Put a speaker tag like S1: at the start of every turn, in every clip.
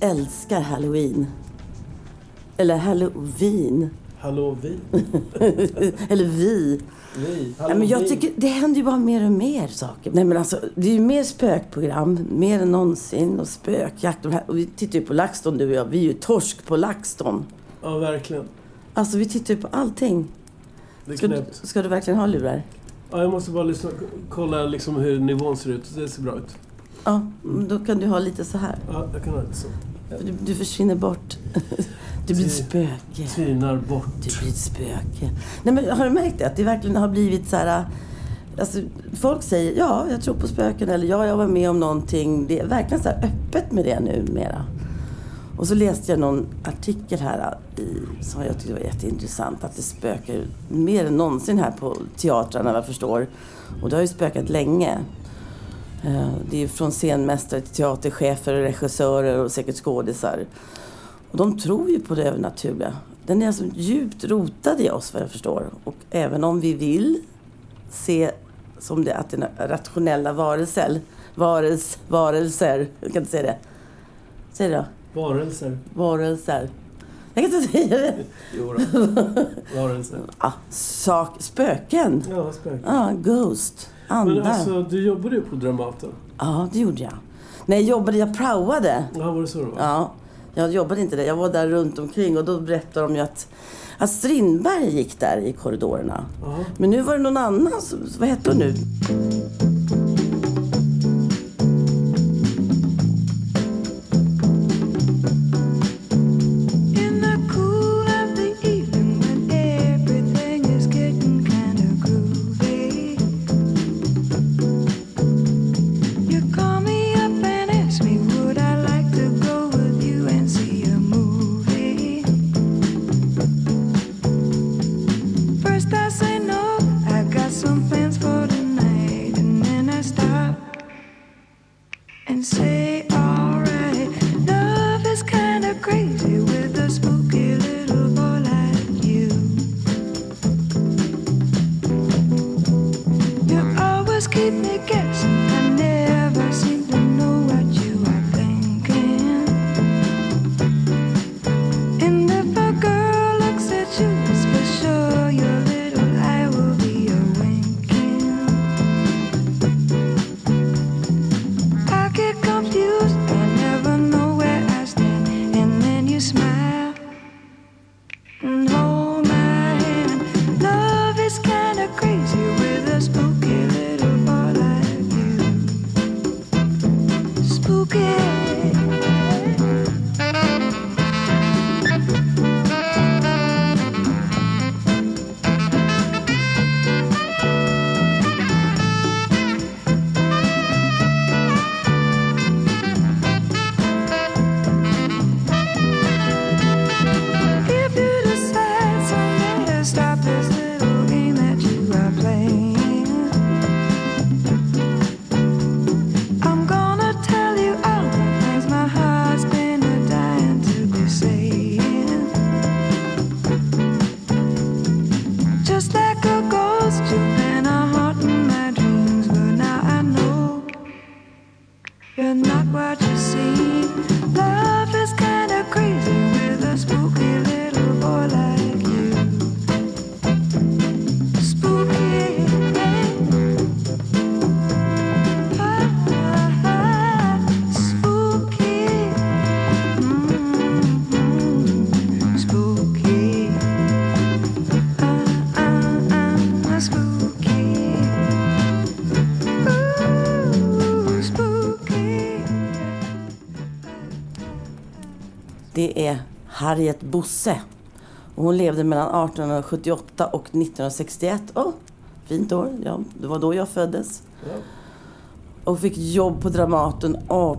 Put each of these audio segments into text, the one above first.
S1: älskar Halloween. Eller Halloween.
S2: Halloween.
S1: Eller vi. Ja, men jag tycker det händer ju bara mer och mer saker. Nej, men alltså, det är ju mer spökprogram, mer än någonsin, och spökjakt. Och vi tittar ju på LaxTon, du och jag. Vi är ju torsk på LaxTon.
S2: Ja, verkligen.
S1: Alltså, vi tittar ju på allting. Ska du verkligen ha lurar?
S2: Ja, jag måste bara kolla liksom hur nivån ser ut. Det ser bra ut.
S1: Ja, då kan du ha lite så här.
S2: Ja, jag kan ha lite så. Ja.
S1: Du försvinner bort. Du blir ett spöke.
S2: Tynar bort.
S1: Du blir ett spöke. Nej, men har du märkt det? Att det verkligen har blivit så här... Alltså, folk säger, ja, jag tror på spöken. Eller ja, jag var med om någonting. Det är verkligen så här öppet med det numera. Och så läste jag någon artikel här som jag tyckte var jätteintressant. Att det spökar mer än någonsin här på teatrarna, vad jag förstår. Och det har ju spökat länge. Det är ju från scenmästare till teaterchefer och regissörer och säkert skådisar. Och de tror ju på det övernaturliga. Den är alltså djupt rotad i oss, vad jag förstår. Och även om vi vill se som det att det är rationella varelser. Jag kan inte säga det. Säg det då. Varelser. Jag kan inte säga det.
S2: Jo då. Varelser.
S1: Spöken.
S2: Ja, spöken.
S1: Ja, ghost. Andar.
S2: Men alltså, du jobbade ju på Dramaten.
S1: Ja, det gjorde jag. Nej, jag praoade.
S2: Ja, var det så då?
S1: Ja, jag jobbade inte där. Jag var där runt omkring och då berättade de ju att Strindberg gick där i korridorerna. Aha. Men nu var det någon annan. Vad heter hon nu? Det är Harriet Bosse. Och hon levde mellan 1878 och 1961. Fint år. Ja, det var då jag föddes. Ja. Och fick jobb på Dramaten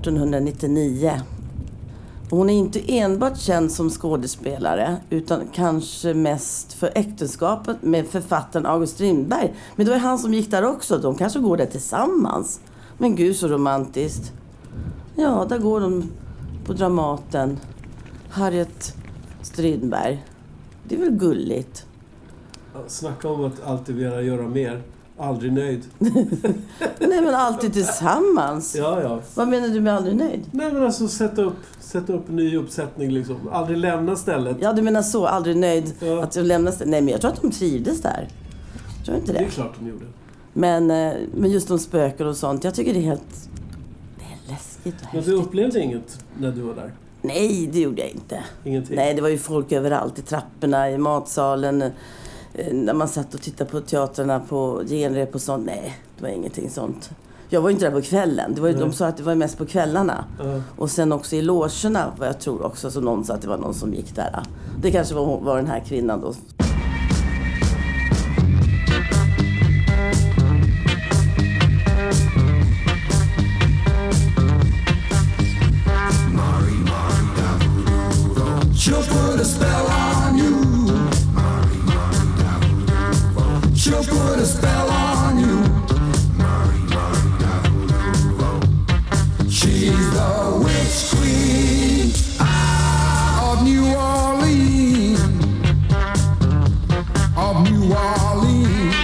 S1: 1899. Och hon är inte enbart känd som skådespelare, utan kanske mest för äktenskapet med författaren August Strindberg. Men det var han som gick där också. De kanske går där tillsammans. Men gud, så romantiskt. Ja, där går de på Dramaten. Harriet Strindberg. Det är väl gulligt.
S2: Ja, snacka om att alltid vilja göra mer. Aldrig nöjd.
S1: Nej, men alltid tillsammans.
S2: Ja.
S1: Vad menar du med aldrig nöjd?
S2: Nej, men alltså sätta upp en ny uppsättning liksom. Aldrig lämna stället.
S1: Ja, du menar så. Aldrig nöjd att du lämnar stället. Nej, men jag tror att de trivdes där. Tror inte det?
S2: Det är klart de gjorde.
S1: Men just de spöken och sånt. Jag tycker det är helt... Det är läskigt och häftigt.
S2: Men du upplevde inget när du var där?
S1: Nej, det gjorde jag inte.
S2: Ingenting?
S1: Nej, det var ju folk överallt. I trapporna, i matsalen. När man satt och tittade på teatrarna, på genrep och sånt. Nej, det var ingenting sånt. Jag var ju inte där på kvällen. De sa att det var mest på kvällarna. Och sen också i logerna, vad jag tror också. Så någon sa att det var någon som gick där. Det kanske var den här kvinnan då.
S3: She'll put a spell on you. She'll put a spell on you. She's the witch queen of New Orleans. Of New Orleans.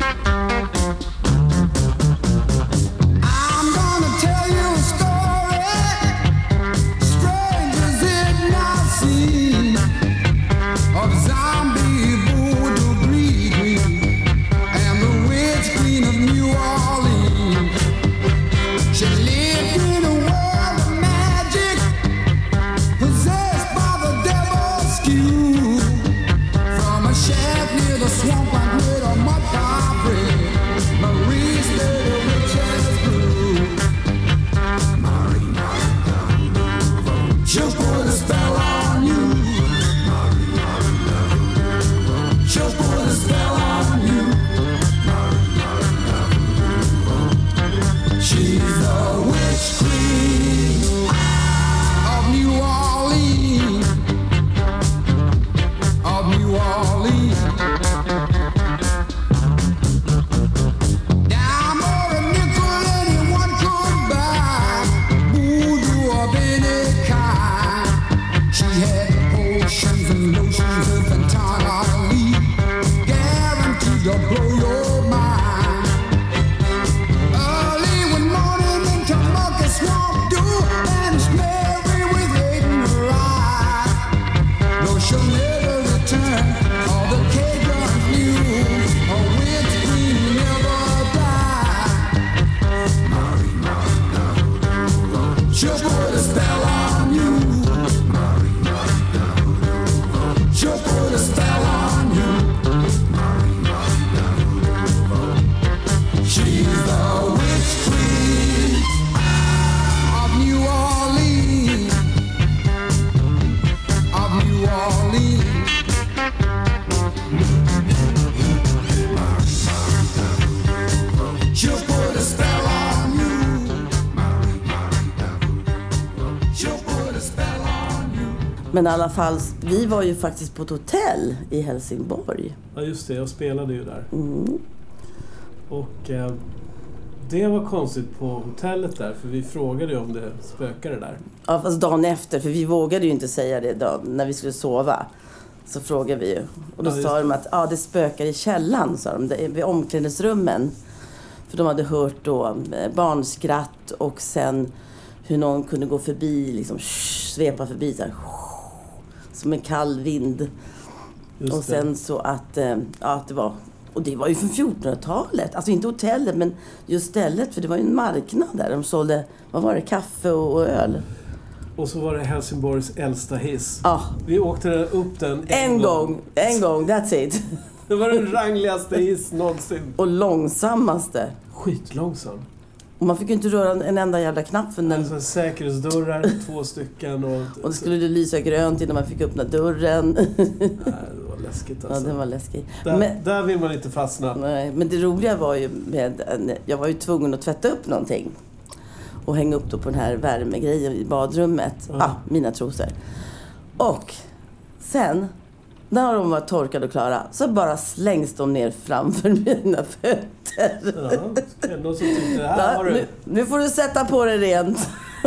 S3: I'm gonna tell you a story, strange as it might seem, of zombie voodoo green and the witch queen of New Orleans. She lived in a world of magic, possessed by the devil's skew. From a shack near the swamp I made a mud pie bread. Marie stayed a witch's brew. She'll put a spell on you. She'll put a spell on you. She's the witch queen of New Orleans. Of New Orleans. Dime or a nickel anyone could buy. Voodoo of any kind. She had potions and lotions of entirely guaranteed to blow your mind. Early one morning into Monkey Swamp Dew, vanished Mary with hate in her eye. No, she'll never return. All the Cajuns knew a witch queen never died. She'll put a spell on you. She'll put a spell on you. She's the witch queen of New Orleans. Of New Orleans. She'll put a spell on you. She'll put a spell on you.
S1: Men i alla fall, vi var ju faktiskt på ett hotell i Helsingborg.
S2: Ja, just det. Jag spelade ju där. Och det var konstigt på hotellet där. För vi frågade ju om det spökade där.
S1: Ja, fast dagen efter, för vi vågade ju inte säga det då, när vi skulle sova. Så frågade vi ju. Och då
S2: Ja, just
S1: sa de att det spökar i källan, sa de, vid omklädningsrummen. För de hade hört då barnskratt och sen hur någon kunde gå förbi, liksom svepa förbi så här, som en kall vind.
S2: Just
S1: Och sen så att det var... Och det var ju från 1400-talet. Alltså inte hotellet, men just stället. För det var ju en marknad där. De sålde, vad var det, kaffe och öl.
S2: Och så var det Helsingborgs äldsta hiss.
S1: Ja.
S2: Vi åkte upp den
S1: En gång, that's it.
S2: Det var den rangligaste hiss någonsin.
S1: Och långsammaste.
S2: Skitlångsam.
S1: Och man fick ju inte röra en enda jävla knapp för den.
S2: Alltså säkerhetsdörrar, 2 stycken.
S1: Och det skulle lysa grönt innan man fick öppna dörren.
S2: Nej, det var läskigt alltså.
S1: Ja, det var läskigt.
S2: Där vill man inte fastna.
S1: Nej, men det roliga var ju jag var ju tvungen att tvätta upp någonting. Och hänga upp då på den här värmegrejen i badrummet. Mina trosor. Och sen, när de var torkade och klara, så bara slängs de ner framför mina fötter.
S2: Ja, ändå så tyckte det här har du.
S1: Nu får du sätta på det rent.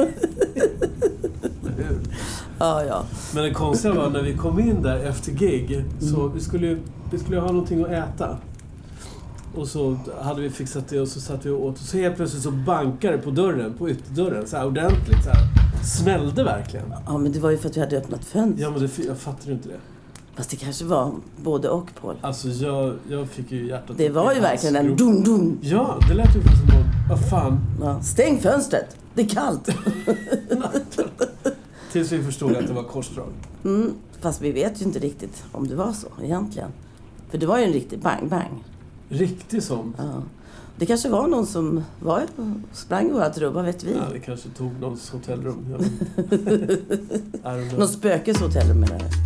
S1: Ja.
S2: Men det konstiga var när vi kom in där efter gig så vi skulle ha någonting att äta. Och så hade vi fixat det och så satt vi och åt. Och så helt plötsligt så bankade det på dörren, på ytterdörren. Så här ordentligt så här. Smällde verkligen.
S1: Ja, men det var ju för att vi hade öppnat fönster.
S2: Ja, men jag fattar inte det.
S1: Fast det kanske var både och, Paul.
S2: Alltså jag fick ju hjärtat...
S1: Det var ju verkligen en dum-dum.
S2: Ja, det lät ju faktiskt som vad fan.
S1: Ja, stäng fönstret! Det är kallt!
S2: Tills vi förstod att det var korsdrag.
S1: Fast vi vet ju inte riktigt om det var så egentligen. För det var ju en riktig bang-bang.
S2: Riktigt som.
S1: Ja. Det kanske var någon som var och sprang i vårat rum, vad vet vi?
S2: Ja, det kanske tog någons hotellrum.
S1: Någon spökes hotellrum menar jag.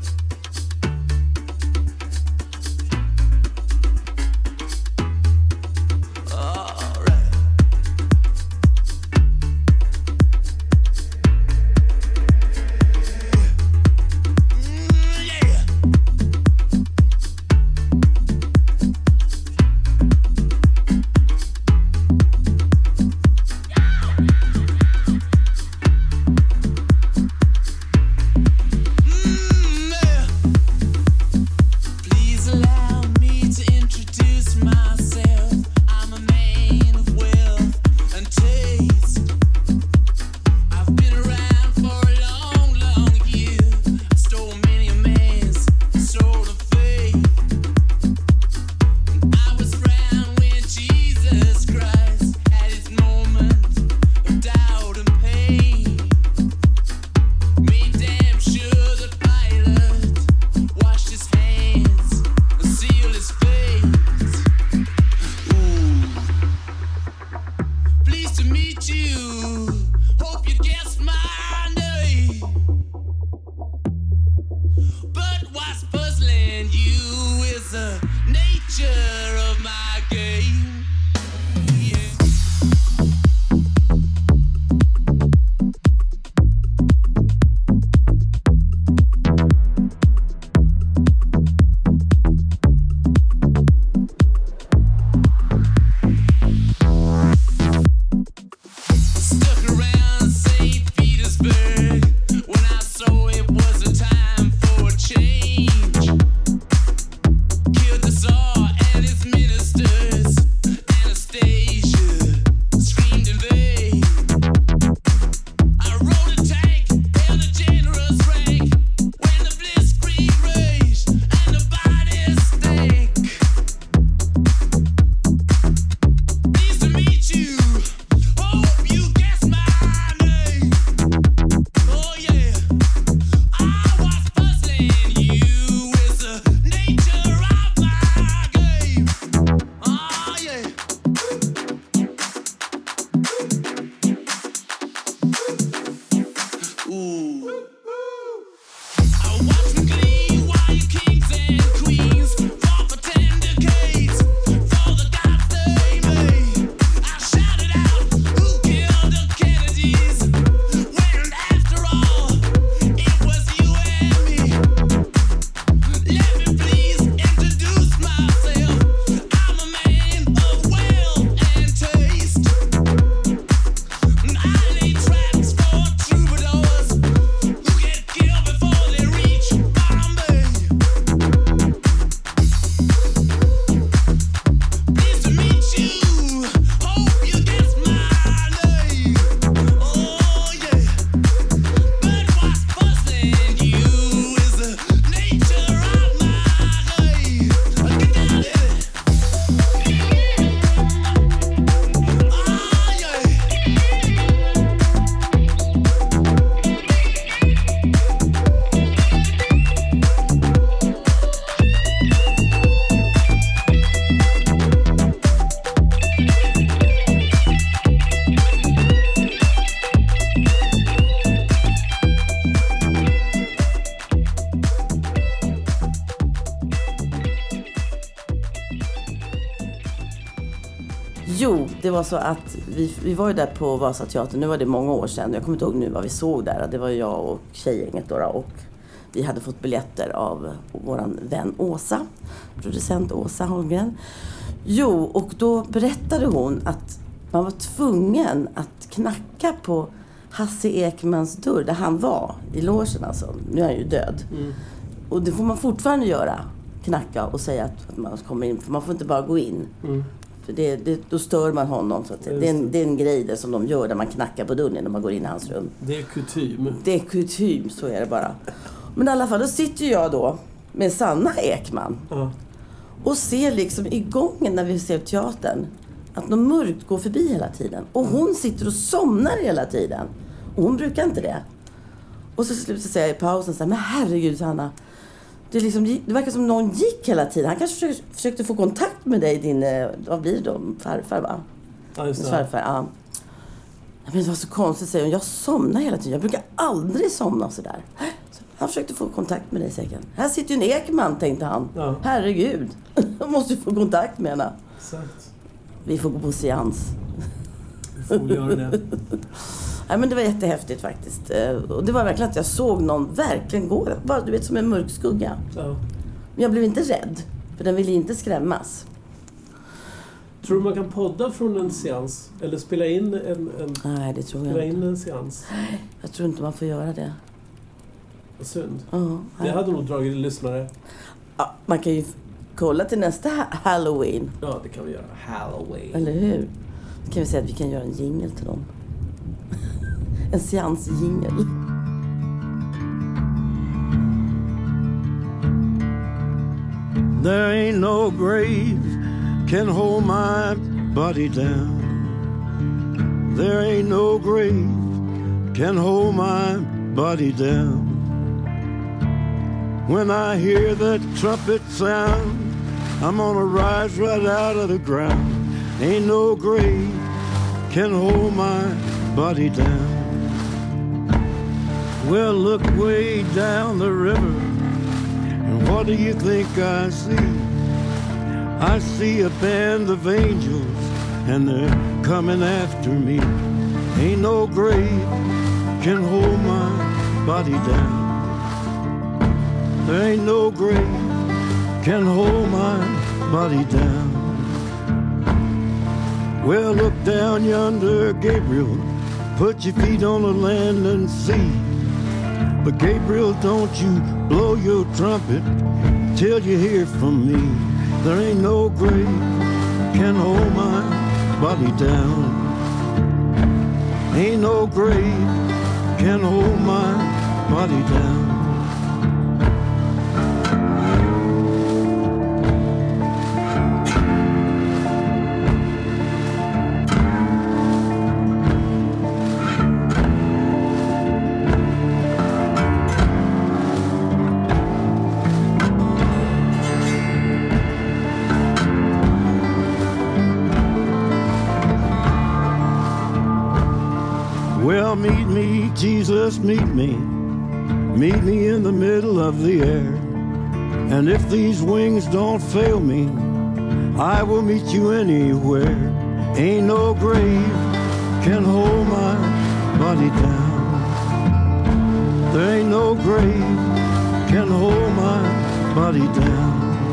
S1: Jo, det var så att vi var ju där på Vasateatern. Nu var det många år sedan. Jag kommer inte ihåg nu vad vi såg där. Det var jag och tjejgänget då. Och vi hade fått biljetter av våran vän Åsa. Producent Åsa Holmgren. Jo, och då berättade hon att man var tvungen att knacka på Hasse Ekmans dörr där han var i logen alltså. Nu är han ju död. Mm. Och det får man fortfarande göra. knacka och säga att man kommer in. För man får inte bara gå in.
S2: Mm.
S1: För då stör man honom. Så att det är en grej där som de gör där man knackar på dörren när man går in i hans rum.
S2: Det är kutym.
S1: Det är kutym, så är det bara. Men i alla fall, då sitter jag då med Sanna Ekman.
S2: Ja.
S1: Och ser liksom i gången när vi ser teatern att något mörkt går förbi hela tiden. Och hon sitter och somnar hela tiden. Och hon brukar inte det. Och så slutar säga i pausen så här, men herregud Sanna. Det verkar som någon gick hela tiden. Han kanske försökte få kontakt med dig, din, vad blir det då? Farfar, va?
S2: Ja, just det.
S1: Farfar, ja. Men det var så konstigt, säger hon. Jag somnar hela tiden. Jag brukar aldrig somna så där. Så han försökte få kontakt med dig säkert. Här sitter ju en Ekman, tänkte han.
S2: Ja.
S1: Herregud. Jag måste ju få kontakt med henne.
S2: Exakt.
S1: Vi får gå på seans.
S2: Vi får göra det.
S1: Nej, men det var jättehäftigt faktiskt. Och det var verkligen att jag såg någon verkligen gå. Bara, du vet, som en mörk skugga.
S2: Ja.
S1: Men jag blev inte rädd. För den ville inte skrämmas.
S2: Tror du man kan podda från en seans? Eller spela in
S1: Nej, det tror jag
S2: spela
S1: inte.
S2: in en seans?
S1: Jag tror inte man får göra det.
S2: Vad synd.
S1: Ja,
S2: Det hade nog dragit lyssnare.
S1: ja, man kan ju kolla till nästa Halloween.
S2: Ja, det kan vi göra. Halloween.
S1: Eller hur? Då kan vi säga att vi kan göra en jingle till dem. En seansjingel.
S4: There ain't no grave can hold my body down. There ain't no grave can hold my body down. When I hear that trumpet sound, I'm gonna rise right out of the ground. Ain't no grave can hold my body down. Well, look way down the river, and what do you think I see? I see a band of angels, and they're coming after me. Ain't no grave can hold my body down. There ain't no grave can hold my body down. Well, look down yonder, Gabriel. Put your feet on the land and see. But Gabriel, don't you blow your trumpet till you hear from me. There ain't no grave can hold my body down. Ain't no grave can hold my body down. Well, meet me, Jesus, meet me. Meet me in the middle of the air. And if these wings don't fail me, I will meet you anywhere. Ain't no grave can hold my body down. There ain't no grave can hold my body down.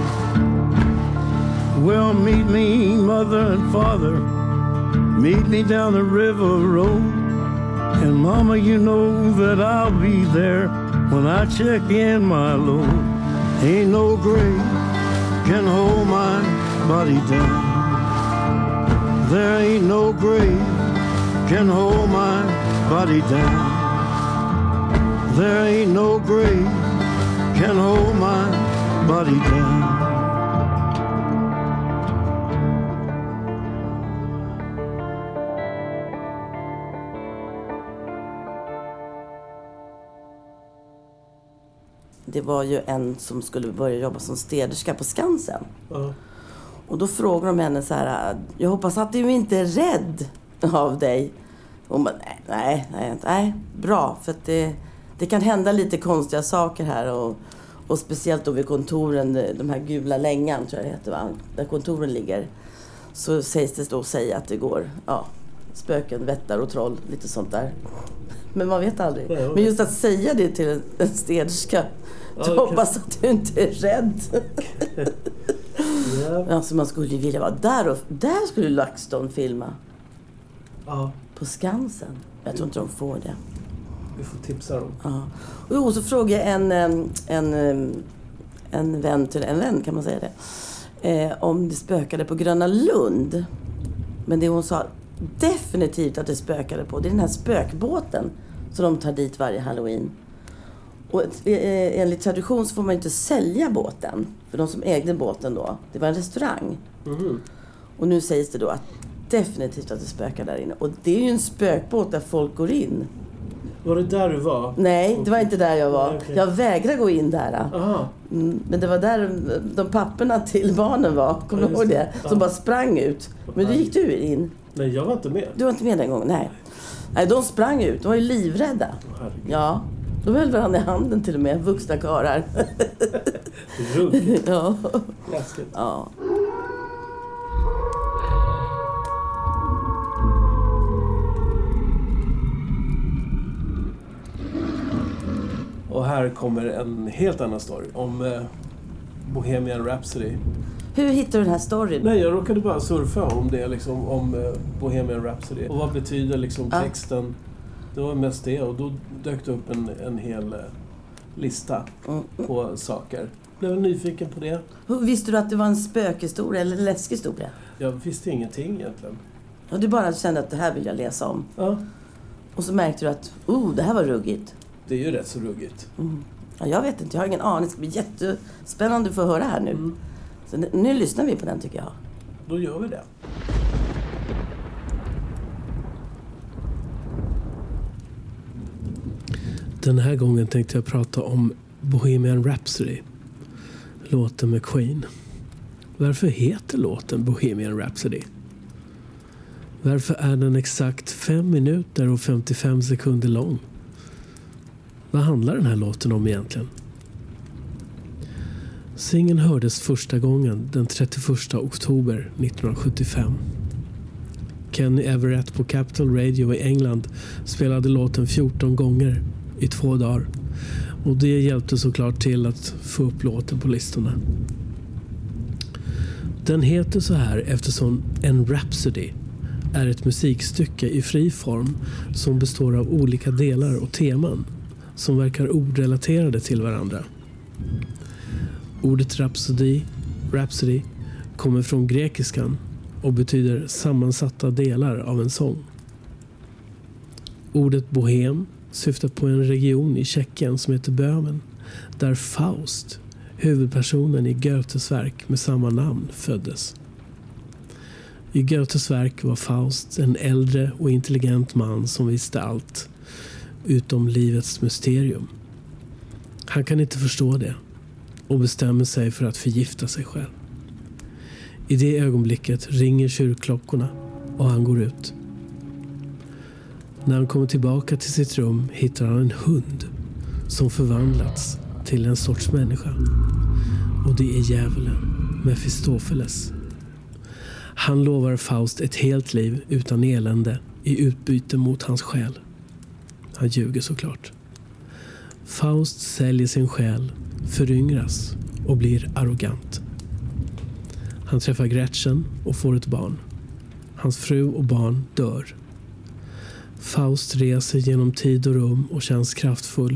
S4: Well, meet me, mother and father. Meet me down the river road. And mama, you know that I'll be there when I check in my load. Ain't no grave can hold my body down. There ain't no grave can hold my body down. There ain't no grave can hold my body down.
S1: Det var ju en som skulle börja jobba som städerska på Skansen.
S2: Ja.
S1: Och då frågar de henne så här: jag hoppas att du inte är rädd av dig. Och hon bara, nej, bra. För att det kan hända lite konstiga saker här. Och speciellt då vid kontoren, de här gula längan tror jag det heter, va? Där kontoren ligger. Så sägs det då säga att det går, ja, spöken, vättar och troll, lite sånt där. Men man vet aldrig.
S2: Ja.
S1: Men just att säga det till en städerska,
S2: Ja,
S1: hoppas att du inte är rädd.
S2: Ja.
S1: Alltså man skulle ju vilja vara där, och där skulle LaxTon filma.
S2: Ja,
S1: På Skansen. Jag tror inte de får det.
S2: vi får tipsa dem.
S1: Ja. Och så frågade jag en vän till en vän, kan man säga det. Om det spökade på Gröna Lund. Men det hon sa definitivt att det spökade på, det är den här spökbåten som de tar dit varje Halloween. Och enligt tradition så får man inte sälja båten. För de som ägde båten då, det var en restaurang.
S2: Mhm.
S1: Och nu sägs det då att definitivt att det spökar där inne. Och det är ju en spökbåt där folk går in.
S2: Var det där du var?
S1: Nej, det var inte där jag var.
S2: Nej, okej.
S1: Jag vägrar gå in där.
S2: Aha.
S1: Men det var där de papporna till barnen var. Kommer
S2: Ja,
S1: du
S2: just
S1: ihåg
S2: det.
S1: det?
S2: Ja.
S1: Som bara sprang ut. Men då gick du in.
S2: Nej, jag var inte med.
S1: Du var inte med den gången, nej. Nej, de sprang ut. De var ju livrädda.
S2: Herregud.
S1: Ja. De höll varandra i handen till och med, vuxna karlar.
S2: Ruggigt.
S1: Ja.
S2: Läskigt.
S1: Ja.
S2: Och här kommer en helt annan story om Bohemian Rhapsody.
S1: Hur hittar du den här storyn?
S2: Nej, jag råkade bara surfa om det liksom, om Bohemian Rhapsody. Och vad betyder liksom texten? Det var mest det, och då dök det upp en hel lista på saker. Blev nyfiken på det.
S1: Hur visste du att det var en spökhistoria eller en läskhistoria?
S2: Jag visste ingenting egentligen.
S1: Och du bara kände att det här vill jag läsa om.
S2: Ja,
S1: Och så märkte du att, det här var ruggigt.
S2: det är ju rätt så ruggigt.
S1: Ja, jag vet inte, jag har ingen aning. Det ska bli jättespännande att få höra här nu. Så nu lyssnar vi på den, tycker jag.
S2: Då gör vi det. Den här gången tänkte jag prata om Bohemian Rhapsody. Låten med Queen. Varför heter låten Bohemian Rhapsody? Varför är den exakt 5 minuter och 55 sekunder lång? Vad handlar den här låten om egentligen? Singeln hördes första gången den 31 oktober 1975. Kenny Everett på Capital Radio i England spelade låten 14 gånger i 2 dagar. Och det hjälpte såklart till att få upp låten på listorna. Den heter så här eftersom en Rhapsody är ett musikstycke i fri form som består av olika delar och teman som verkar orelaterade till varandra. Ordet Rhapsody kommer från grekiskan och betyder sammansatta delar av en sång. Ordet bohem syftar på en region i Tjeckien som heter Böhmen, där Faust, huvudpersonen i Goethes verk med samma namn, föddes. I Goethes verk var Faust en äldre och intelligent man som visste allt, utom livets mysterium. Han kan inte förstå det och bestämmer sig för att förgifta sig själv. I det ögonblicket ringer kyrkklockorna och han går ut. När han kommer tillbaka till sitt rum hittar han en hund som förvandlats till en sorts människa. Och det är djävulen, Mefistofeles. Han lovar Faust ett helt liv utan elände i utbyte mot hans själ. Han ljuger såklart. Faust säljer sin själ, föryngras och blir arrogant. Han träffar Gretchen och får ett barn. Hans fru och barn dör. Faust reser genom tid och rum och känns kraftfull.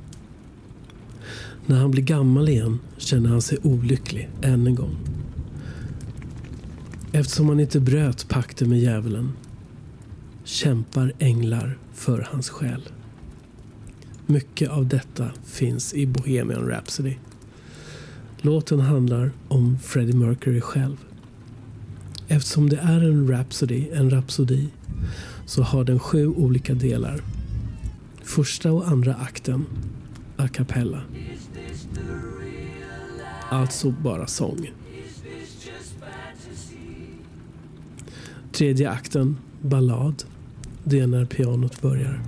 S2: När han blir gammal igen känner han sig olycklig än en gång. Eftersom han inte bröt pakten med djävulen kämpar änglar för hans själ. Mycket av detta finns i Bohemian Rhapsody. Låten handlar om Freddie Mercury själv. Eftersom det är en rapsodi, så har den 7 olika delar. Första och andra akten a cappella. Alltså bara sång. Tredje akten, ballad. Det är när pianot börjar.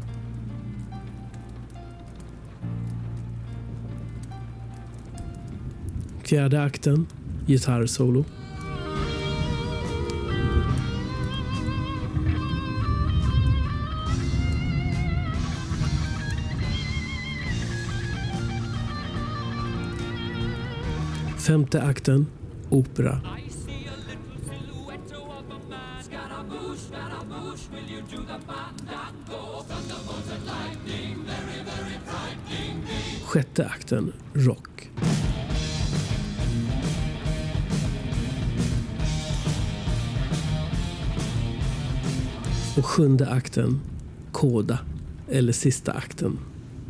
S2: Fjärde akten, gitarrsolo. Femte akten, opera. Sjätte akten, rock. Och 7:e akten, Coda, eller sista akten.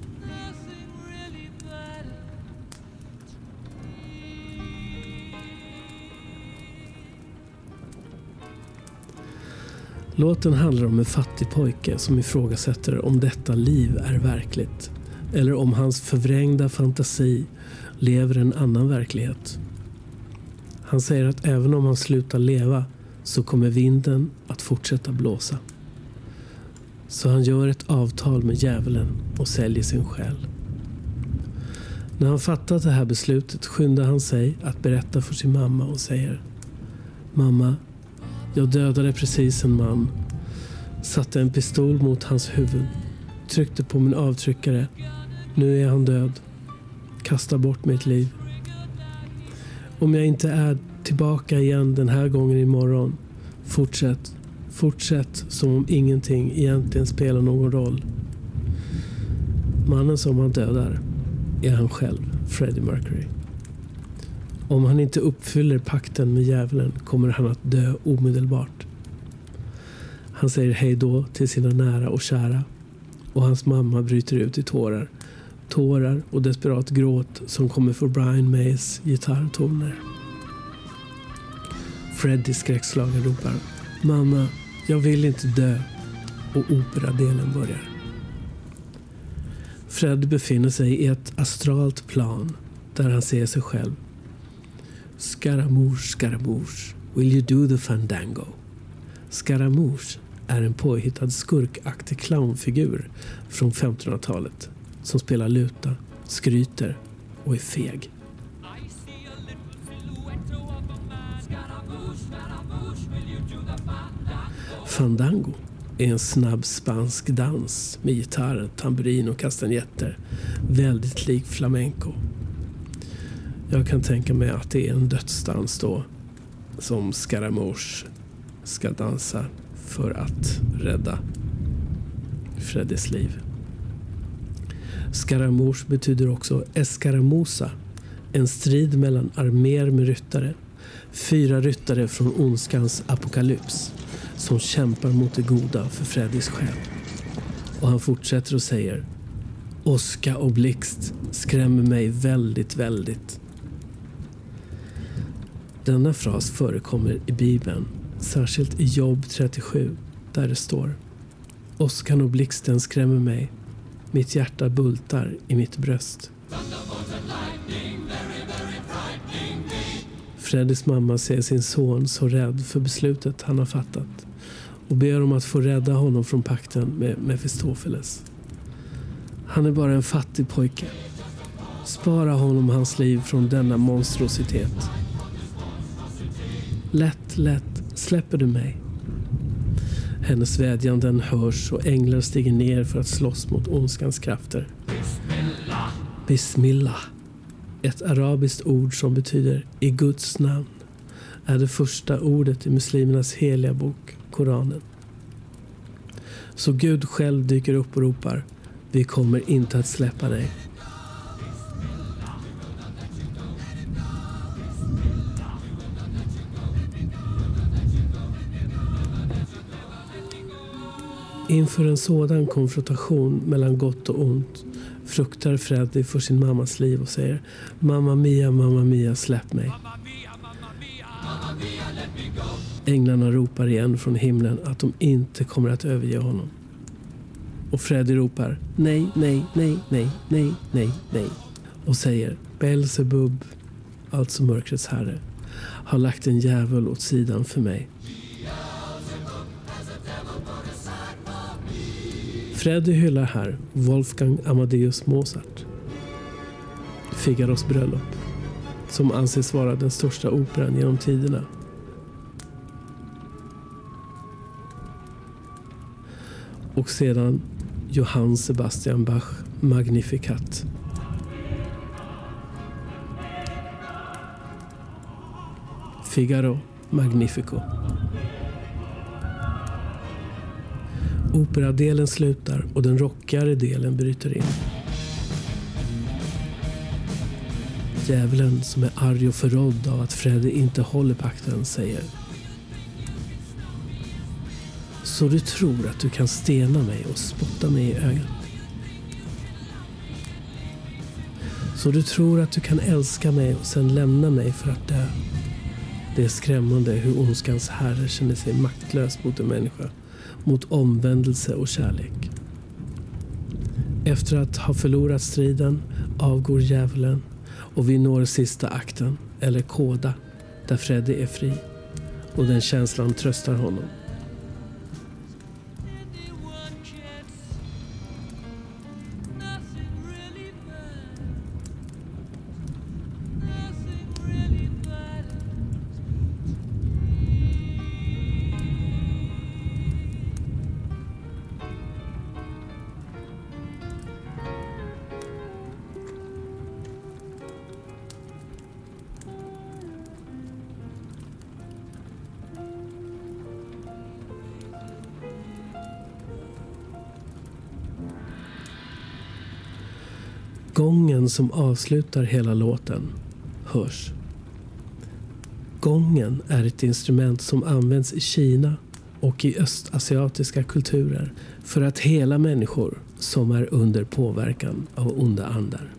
S2: Låten handlar om en fattig pojke som ifrågasätter om detta liv är verkligt eller om hans förvrängda fantasi lever en annan verklighet. Han säger att även om han slutar leva så kommer vinden att fortsätta blåsa. Så han gör ett avtal med djävulen och säljer sin själ. När han fattat det här beslutet skyndar han sig att berätta för sin mamma och säger: Mamma, jag dödade precis en man, satte en pistol mot hans huvud, tryckte på min avtryckare. Nu är han död. Kasta bort mitt liv. Om jag inte är tillbaka igen den här gången imorgon, fortsätt som om ingenting egentligen spelar någon roll. Mannen som han dödar är han själv, Freddie Mercury. Om han inte uppfyller pakten med djävulen kommer han att dö omedelbart. Han säger hej då till sina nära och kära och hans mamma bryter ut i tårar. Tårar och desperat gråt som kommer för Brian Mays gitarrtoner. Freddie skräckslagen ropar: Mamma, jag vill inte dö. Och operadelen börjar. Fred befinner sig i ett astralt plan där han ser sig själv. Scaramouche, Scaramouche, will you do the fandango? Scaramouche är en påhittad skurkaktig clownfigur från 1500-talet som spelar luta, skryter och är feg. Fandango är en snabb spansk dans med gitarr, tamburin och kastanjetter, väldigt lik flamenco. Jag kan tänka mig att det är en dödsdans då som Scaramouche ska dansa för att rädda Freddies liv. Scaramouche betyder också escaramuza, en strid mellan arméer med ryttare. 4 ryttare från ondskans apokalyps som kämpar mot det goda för Freddies själ. Och han fortsätter och säger: Åska och blixt skrämmer mig väldigt, väldigt. Denna fras förekommer i Bibeln, särskilt i Jobb 37, där det står: Åskan och blixten skrämmer mig, mitt hjärta bultar i mitt bröst. Freddies mamma ser sin son så rädd för beslutet han har fattat och ber om att få rädda honom från pakten med Mefistofeles. Han är bara en fattig pojke. Spara honom hans liv från denna monstrositet. Lätt, släpper du mig? Hennes vädjanden hörs och änglar stiger ner för att slåss mot ondskans krafter. Bismillah, ett arabiskt ord som betyder i Guds namn, är det första ordet i muslimernas heliga bok, Koranen. Så Gud själv dyker upp och ropar: vi kommer inte att släppa dig. Inför en sådan konfrontation mellan gott och ont fruktar Freddie för sin mammas liv och säger: mamma mia, släpp mig. Änglarna ropar igen från himlen att de inte kommer att överge honom. Och Freddie ropar: nej. Och säger: Beelzebub, alltså mörkrets herre, har lagt en djävul åt sidan för mig. Freddie hyllar här Wolfgang Amadeus Mozart, Figaros bröllop, som anses vara den största operan genom tiderna. Och sedan Johann Sebastian Bach Magnificat. Figaro Magnifico. Operadelen slutar och den rockigare delen bryter in. Djävulen, som är arg och förrådd av att Freddie inte håller pakten, säger: Så du tror att du kan stena mig och spotta mig i ögat. Så du tror att du kan älska mig och sen lämna mig för att dö. Det är skrämmande hur ondskans herre känner sig maktlös mot en människa, mot omvändelse och kärlek. Efter att ha förlorat striden avgår djävulen och vi når sista akten, eller koda, där Freddy är fri. Och den känslan tröstar honom. Gången som avslutar hela låten hörs. Gången är ett instrument som används i Kina och i östasiatiska kulturer för att hela människor som är under påverkan av onda andar.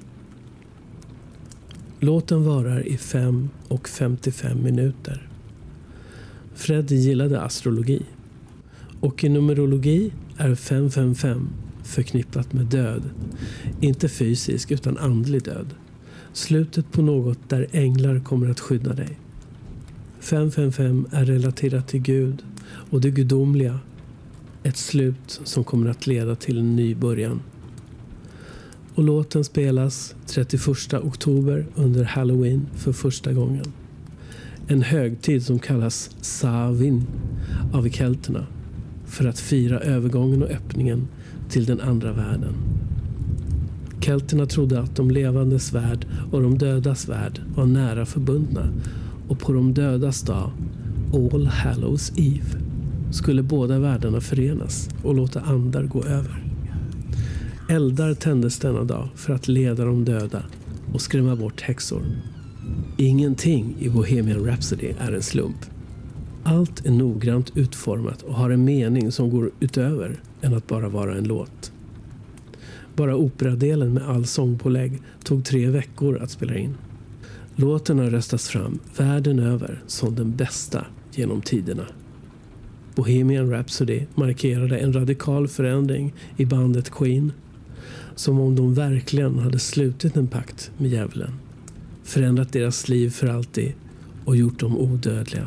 S2: Låten varar i 5 och 55 minuter. Fred gillade astrologi. Och i numerologi är 555 förknippat med död. Inte fysisk utan andlig död. Slutet på något där änglar kommer att skydda dig. 555 är relaterat till Gud och det gudomliga. Ett slut som kommer att leda till en ny början. Och låten spelas 31 oktober under Halloween för första gången. En högtid som kallas Samhain av kelterna för att fira övergången och öppningen till den andra världen. Kelterna trodde att de levandes värld och de dödas värld var nära förbundna och på de dödas dag, All Hallows Eve, skulle båda världarna förenas och låta andar gå över. Eldar tändes denna dag för att leda de döda och skrämma bort häxor. Ingenting i Bohemian Rhapsody är en slump. Allt är noggrant utformat och har en mening som går utöver än att bara vara en låt. Bara operadelen med all sångpålägg tog 3 veckor att spela in. Låten har röstats fram världen över som den bästa genom tiderna. Bohemian Rhapsody markerade en radikal förändring i bandet Queen. Som om de verkligen hade slutit en pakt med djävulen. Förändrat deras liv för alltid och gjort dem odödliga.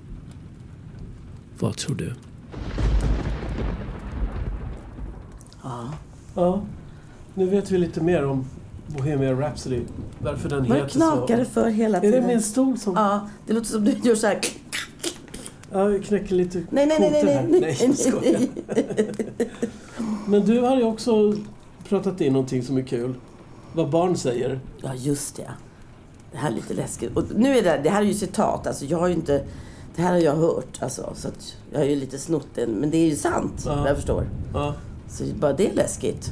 S2: Vad tror du? Ja, nu vet vi lite mer om Bohemian Rhapsody. Varför den heter så.
S1: Vad knakar det för hela tiden?
S2: Är det min stol som...
S1: Ja, det låter som du gör så här.
S2: Ja, vi knäcker lite
S1: Nej.
S2: Nej, jag skojar. Men du har ju också pratat in någonting som är kul. Vad barn säger.
S1: Ja, just det. Det här är lite läskigt. Och nu är det här är ju citat. Alltså jag har ju inte... Det här har jag hört. Alltså, så att jag har ju lite snott den. Men det är ju sant, jag förstår.
S2: Ja.
S1: Så bara det är läskigt.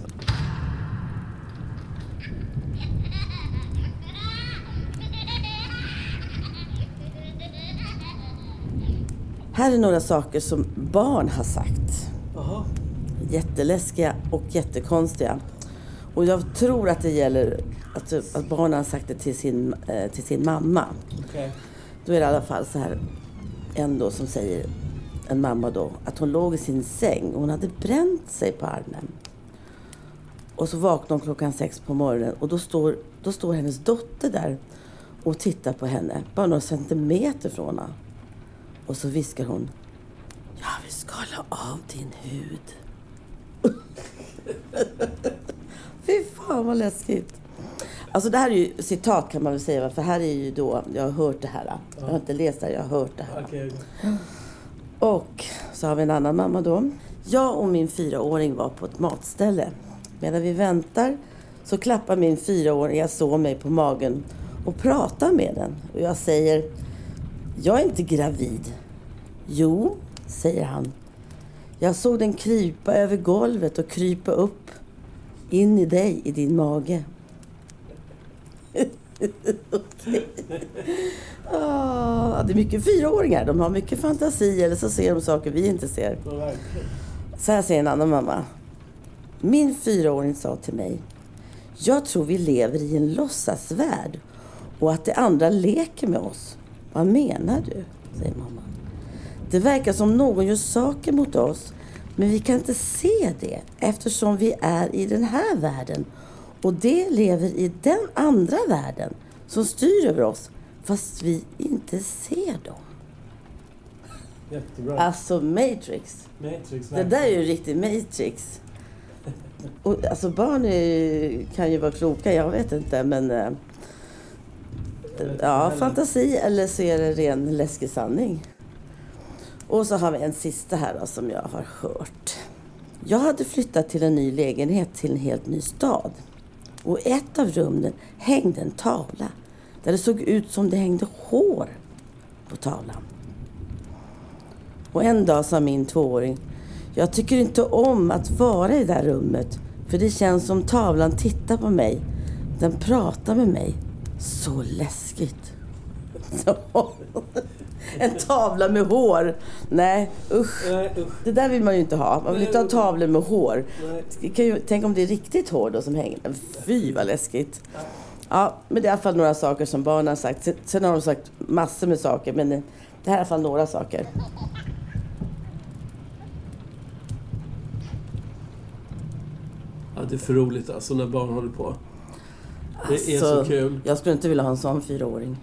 S1: Här är några saker som barn har sagt.
S2: Aha.
S1: Jätteläskiga och jättekonstiga. Och jag tror att det gäller att barnen har sagt det till sin mamma.
S2: Okay.
S1: Då är det i alla fall så här en då som säger, en mamma då, att hon låg i sin säng och hon hade bränt sig på armen. Och så vaknade hon 6:00 på morgonen och då står hennes dotter där och tittar på henne, bara några centimeter från henne. Och så viskar hon: jag vill skala av din hud. Fy fan vad läskigt. Alltså det här är ju citat kan man väl säga. För här är ju då, jag har hört det här. Jag har inte läst det här, jag har hört det här.
S2: Okay.
S1: Och så har vi en annan mamma då. Jag och min 4-åring var på ett matställe. Medan vi väntar så klappar min 4-åriga son mig på magen och pratar med den. Och jag säger: jag är inte gravid. Jo, säger han. Jag såg den krypa över golvet och krypa upp in i dig, i din mage. Okay. Det är mycket 4-åringar. De har mycket fantasi, eller så ser de saker vi inte ser.
S2: Ja, verkligen.
S1: Så här säger en annan mamma. Min 4-åring sa till mig: jag tror vi lever i en låtsasvärld och att de andra leker med oss. Vad menar du? Säger mamma. Det verkar som någon gör saker mot oss, men vi kan inte se det eftersom vi är i den här världen och de lever i den andra världen som styr över oss fast vi inte ser dem.
S2: Jättebra.
S1: Alltså Matrix. Det där är ju riktigt Matrix. Och, alltså barn kan ju vara kloka, jag vet inte, men ja, fantasi eller så är det ren läskig sanning. Och så har vi en sista här då, som jag har hört. Jag hade flyttat till en ny lägenhet till en helt ny stad. Och i ett av rummen hängde en tavla där det såg ut som det hängde hår på tavlan. Och en dag sa min 2-åring: jag tycker inte om att vara i det där rummet, för det känns som tavlan tittar på mig. Den pratar med mig. Så läskigt. Så. En tavla med hår. Nej, usch. Det där vill man ju inte ha. Man vill inte ha tavlor med hår. Tänk om det är riktigt hår då som hänger. Fy vad läskigt. Ja, men det är i alla fall några saker som barnen har sagt. Sen har de sagt massor med saker, men det här är i alla fall några saker.
S2: Ja, det är för roligt alltså när barn håller på. Det är
S1: Så
S2: så kul.
S1: Jag skulle inte vilja ha en sån 4-åring.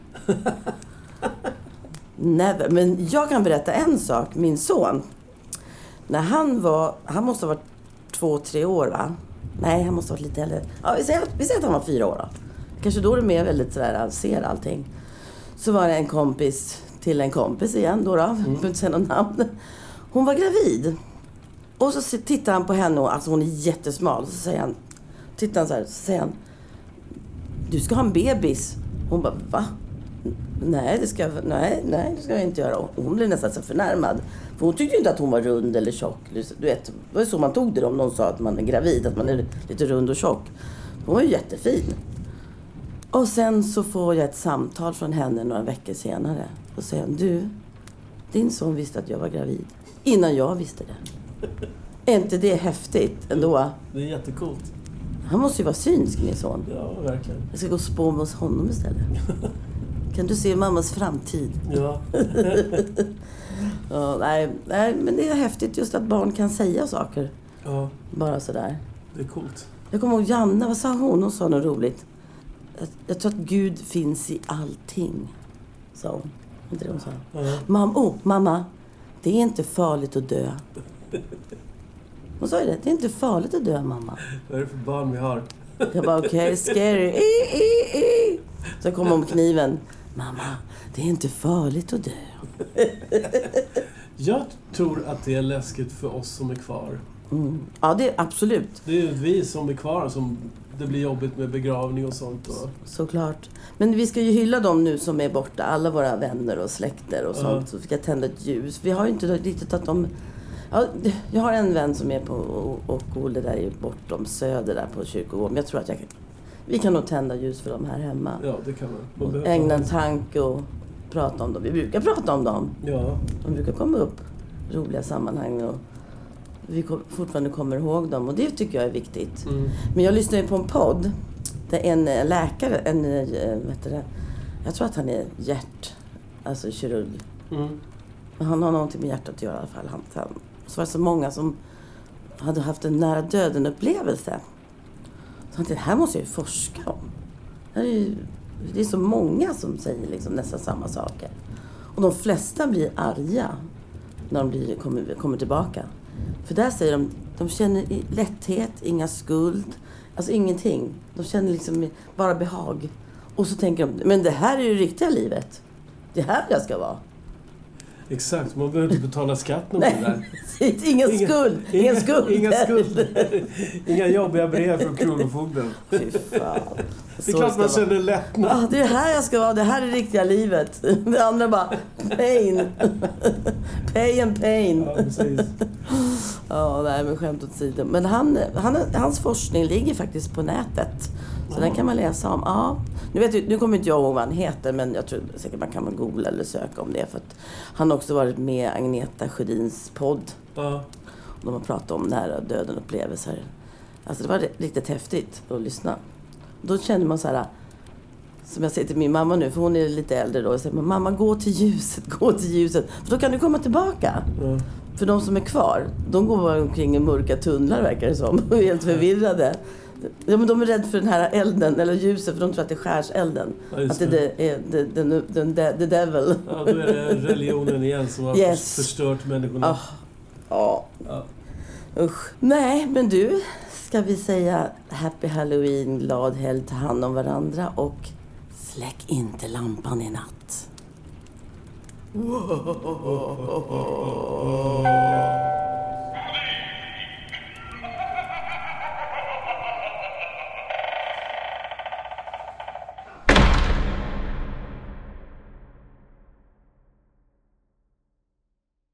S1: Never. Men jag kan berätta en sak. Min son, när han måste ha varit 2-3 år, va? Nej, han måste ha varit lite äldre. Ja, vi säger att han var 4 år då. Kanske då är det mer väldigt sådär, han ser allting. Så var det en kompis till en kompis igen då. Jag behöver inte säga någon namn. Hon var gravid. Och så tittar han på henne och alltså hon är jättesmal. Så säger han, tittar han så här, så säger han: du ska ha en bebis. Hon bara, va? Nej, det ska jag inte göra. Och hon blev nästan så förnärmad. För hon tyckte inte att hon var rund eller tjock. Du vet, det var så man tog det om någon sa att man är gravid, att man är lite rund och tjock. Hon var ju jättefin. Och sen så får jag ett samtal från henne några veckor senare. Och säger hon: du, din son visste att jag var gravid innan jag visste det. Är inte det häftigt ändå?
S2: Det är jättecoolt.
S1: Han måste ju vara synsk, min son.
S2: Ja, verkligen.
S1: Jag ska gå och spå hos honom istället. Kan du se mammas framtid?
S2: Ja.
S1: Ja, nej, men det är häftigt just att barn kan säga saker.
S2: Ja.
S1: Bara sådär.
S2: Det är coolt.
S1: Jag kommer ihåg Janna, vad sa hon? Hon sa något roligt. Jag tror att Gud finns i allting. Sa hon. Inte det hon sa?
S2: Ja.
S1: Mamma, det är inte farligt att dö. Hon sa ju det. Det är inte farligt att dö, mamma.
S2: Vad är det för barn vi har?
S1: Jag bara, okej, scary. Så kom om kniven. Mamma, det är inte farligt att dö.
S2: Jag tror att det är läskigt för oss som är kvar.
S1: Mm. Ja, det är absolut.
S2: Det är vi som är kvar som det blir jobbigt med begravning och sånt. Och...
S1: Såklart. Men vi ska ju hylla dem nu som är borta. Alla våra vänner och släkter och sånt. Så vi ska tända ett ljus. Vi har ju inte riktigt att de... Ja, jag har en vän som är på Olle där bortom Söder där på kyrkogården. Jag tror att vi kan nog tända ljus för dem här hemma.
S2: Ja, det kan man.
S1: Ägna en tanke och prata om dem. Vi brukar prata om dem.
S2: Ja.
S1: De brukar komma upp roliga sammanhang och vi fortfarande kommer ihåg dem. Och det tycker jag är viktigt.
S2: Mm.
S1: Men jag lyssnade på en podd där en läkare, jag tror att han är alltså kirurg.
S2: Mm.
S1: Han har någonting med hjärtat att göra i alla fall. Så var det så många som hade haft en nära döden upplevelse. Så det här måste jag ju forska om. Det är så många som säger liksom nästan samma saker. Och de flesta blir arga när de kommer tillbaka. För där säger de känner lätthet, inga skuld, alltså ingenting. De känner liksom bara behag. Och så tänker de, men det här är ju riktiga livet. Det här jag ska vara.
S2: Exakt, man behöver inte betala skatt någon där.
S1: Ingen skuld.
S2: Inga skulder. Inga jobbiga brev från kronofogden.
S1: Fy fan.
S2: Det är klart man känner lättnad.
S1: Det är här jag ska vara. Det här är riktiga livet. Det andra bara pain. Pay and pain.
S2: Ja, precis.
S1: Ja, nej, men skämt åt sidan. Men hans forskning ligger faktiskt på nätet. Så den kan man läsa om. Ja. Nu kommer inte jag ihåg vad han heter, men jag tror säkert man kan googla eller söka om det. För att han har också varit med Agneta Sjödins podd.
S2: Ja.
S1: De har pratat om nära döden upplevelser. Alltså det var riktigt häftigt att lyssna. Då kände man så här, som jag säger till min mamma nu, för hon är lite äldre då. Jag säger, mamma, gå till ljuset. För då kan du komma tillbaka. Mm. För de som är kvar, de går bara omkring i mörka tunnlar, verkar det som. Och är helt förvirrade. Ja, men de är rädda för den här elden, eller ljuset, för de tror att det är skärselden. Ja, att det är the devil.
S2: Ja, då är det religionen igen som har förstört människorna.
S1: Ja. Usch. Nej, men du, ska vi säga Happy Halloween, glad helg, ta hand om varandra och släck inte lampan i natt.